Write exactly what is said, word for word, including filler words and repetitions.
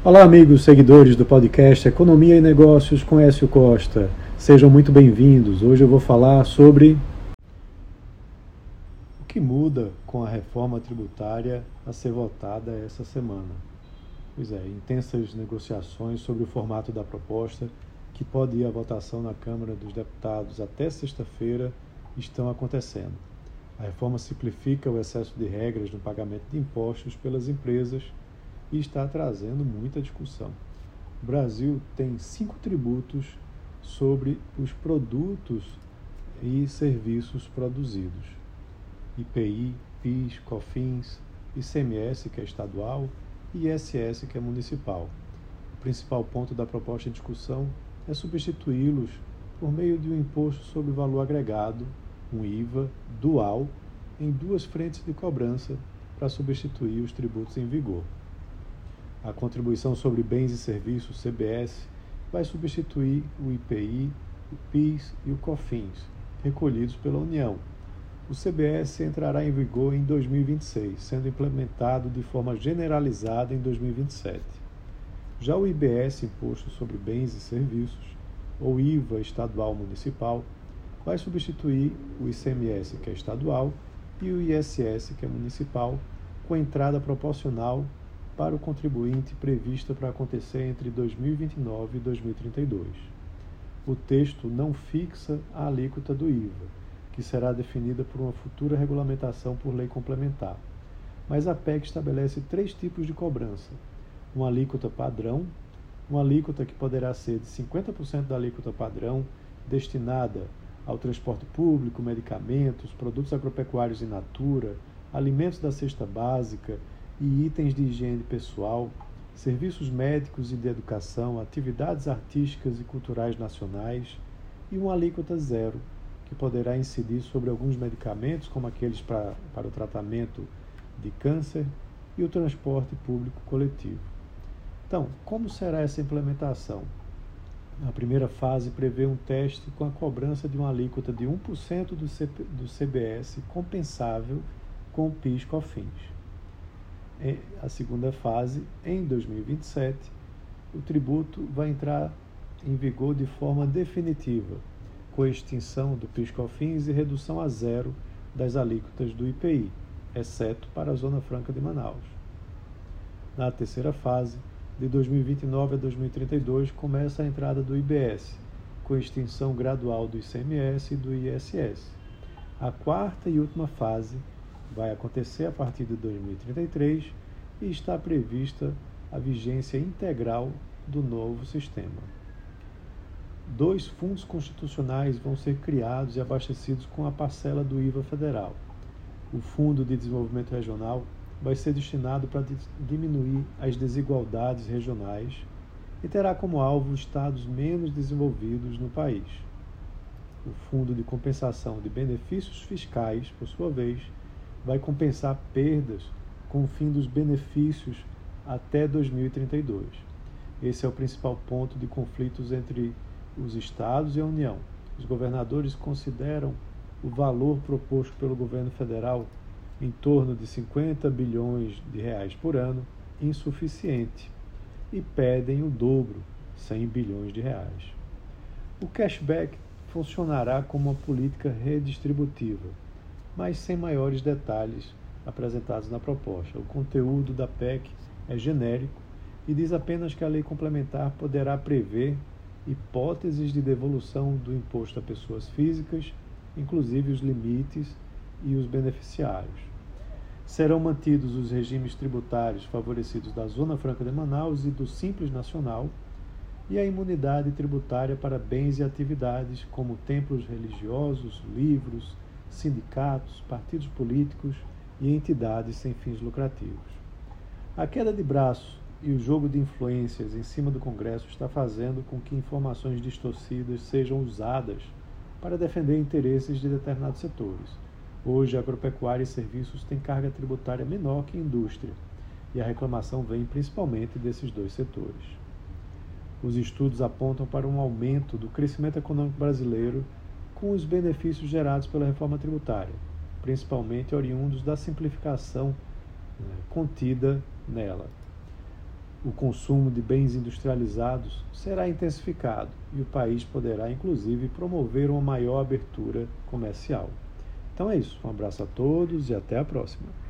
Olá, amigos seguidores do podcast Economia e Negócios com Écio Costa. Sejam muito bem-vindos. Hoje eu vou falar sobre o que muda com a reforma tributária a ser votada essa semana. Pois é, intensas negociações sobre o formato da proposta, que pode ir à votação na Câmara dos Deputados até sexta-feira, estão acontecendo. A reforma simplifica o excesso de regras no pagamento de impostos pelas empresas e está trazendo muita discussão. O Brasil tem cinco tributos sobre os produtos e serviços produzidos: I P I, PIS, COFINS, I C M S, que é estadual, e I S S, que é municipal. O principal ponto da proposta em discussão é substituí-los por meio de um imposto sobre valor agregado, um I V A, dual, em duas frentes de cobrança para substituir os tributos em vigor. A contribuição sobre bens e serviços, C B S, vai substituir o I P I, o PIS e o COFINS, recolhidos pela União. O C B S entrará em vigor em dois mil e vinte e seis, sendo implementado de forma generalizada em dois mil e vinte e sete. Já o I B S, Imposto sobre Bens e Serviços, ou I V A estadual municipal, vai substituir o I C M S, que é estadual, e o I S S, que é municipal, com entrada proporcional para o contribuinte prevista para acontecer entre dois mil e vinte e nove e dois mil e trinta e dois. O texto não fixa a alíquota do I V A, que será definida por uma futura regulamentação por lei complementar. Mas a P E C estabelece três tipos de cobrança: uma alíquota padrão, uma alíquota que poderá ser de cinquenta por cento da alíquota padrão, destinada ao transporte público, medicamentos, produtos agropecuários in natura, alimentos da cesta básica e itens de higiene pessoal, serviços médicos e de educação, atividades artísticas e culturais nacionais, e uma alíquota zero, que poderá incidir sobre alguns medicamentos, como aqueles para, para o tratamento de câncer e o transporte público coletivo. Então, como será essa implementação? A primeira fase prevê um teste com a cobrança de uma alíquota de um por cento do, C P, do C B S compensável com o PIS/COFINS. A segunda fase, em dois mil e vinte e sete, o tributo vai entrar em vigor de forma definitiva, com a extinção do PIS/COFINS e redução a zero das alíquotas do I P I, exceto para a Zona Franca de Manaus. Na terceira fase, de dois mil e vinte e nove a dois mil e trinta e dois, começa a entrada do I B S, com a extinção gradual do I C M S e do I S S. A quarta e última fase vai acontecer a partir de dois mil e trinta e três e está prevista a vigência integral do novo sistema. Dois fundos constitucionais vão ser criados e abastecidos com a parcela do I V A federal. O Fundo de Desenvolvimento Regional vai ser destinado para diminuir as desigualdades regionais e terá como alvo estados menos desenvolvidos no país. O Fundo de Compensação de Benefícios Fiscais, por sua vez, vai compensar perdas com o fim dos benefícios até dois mil e trinta e dois. Esse é o principal ponto de conflitos entre os estados e a União. Os governadores consideram o valor proposto pelo governo federal, em torno de cinquenta bilhões de reais por ano, insuficiente e pedem o dobro, cem bilhões de reais. O cashback funcionará como uma política redistributiva, mas sem maiores detalhes apresentados na proposta. O conteúdo da P E C é genérico e diz apenas que a lei complementar poderá prever hipóteses de devolução do imposto a pessoas físicas, inclusive os limites e os beneficiários. Serão mantidos os regimes tributários favorecidos da Zona Franca de Manaus e do Simples Nacional e a imunidade tributária para bens e atividades como templos religiosos, livros, sindicatos, partidos políticos e entidades sem fins lucrativos. A queda de braço e o jogo de influências em cima do Congresso está fazendo com que informações distorcidas sejam usadas para defender interesses de determinados setores. Hoje, a agropecuária e serviços têm carga tributária menor que a indústria, e a reclamação vem principalmente desses dois setores. Os estudos apontam para um aumento do crescimento econômico brasileiro com os benefícios gerados pela reforma tributária, principalmente oriundos da simplificação, né, contida nela. o consumo de bens industrializados será intensificado e o país poderá, inclusive, promover uma maior abertura comercial. Então é isso. Um abraço a todos e até a próxima.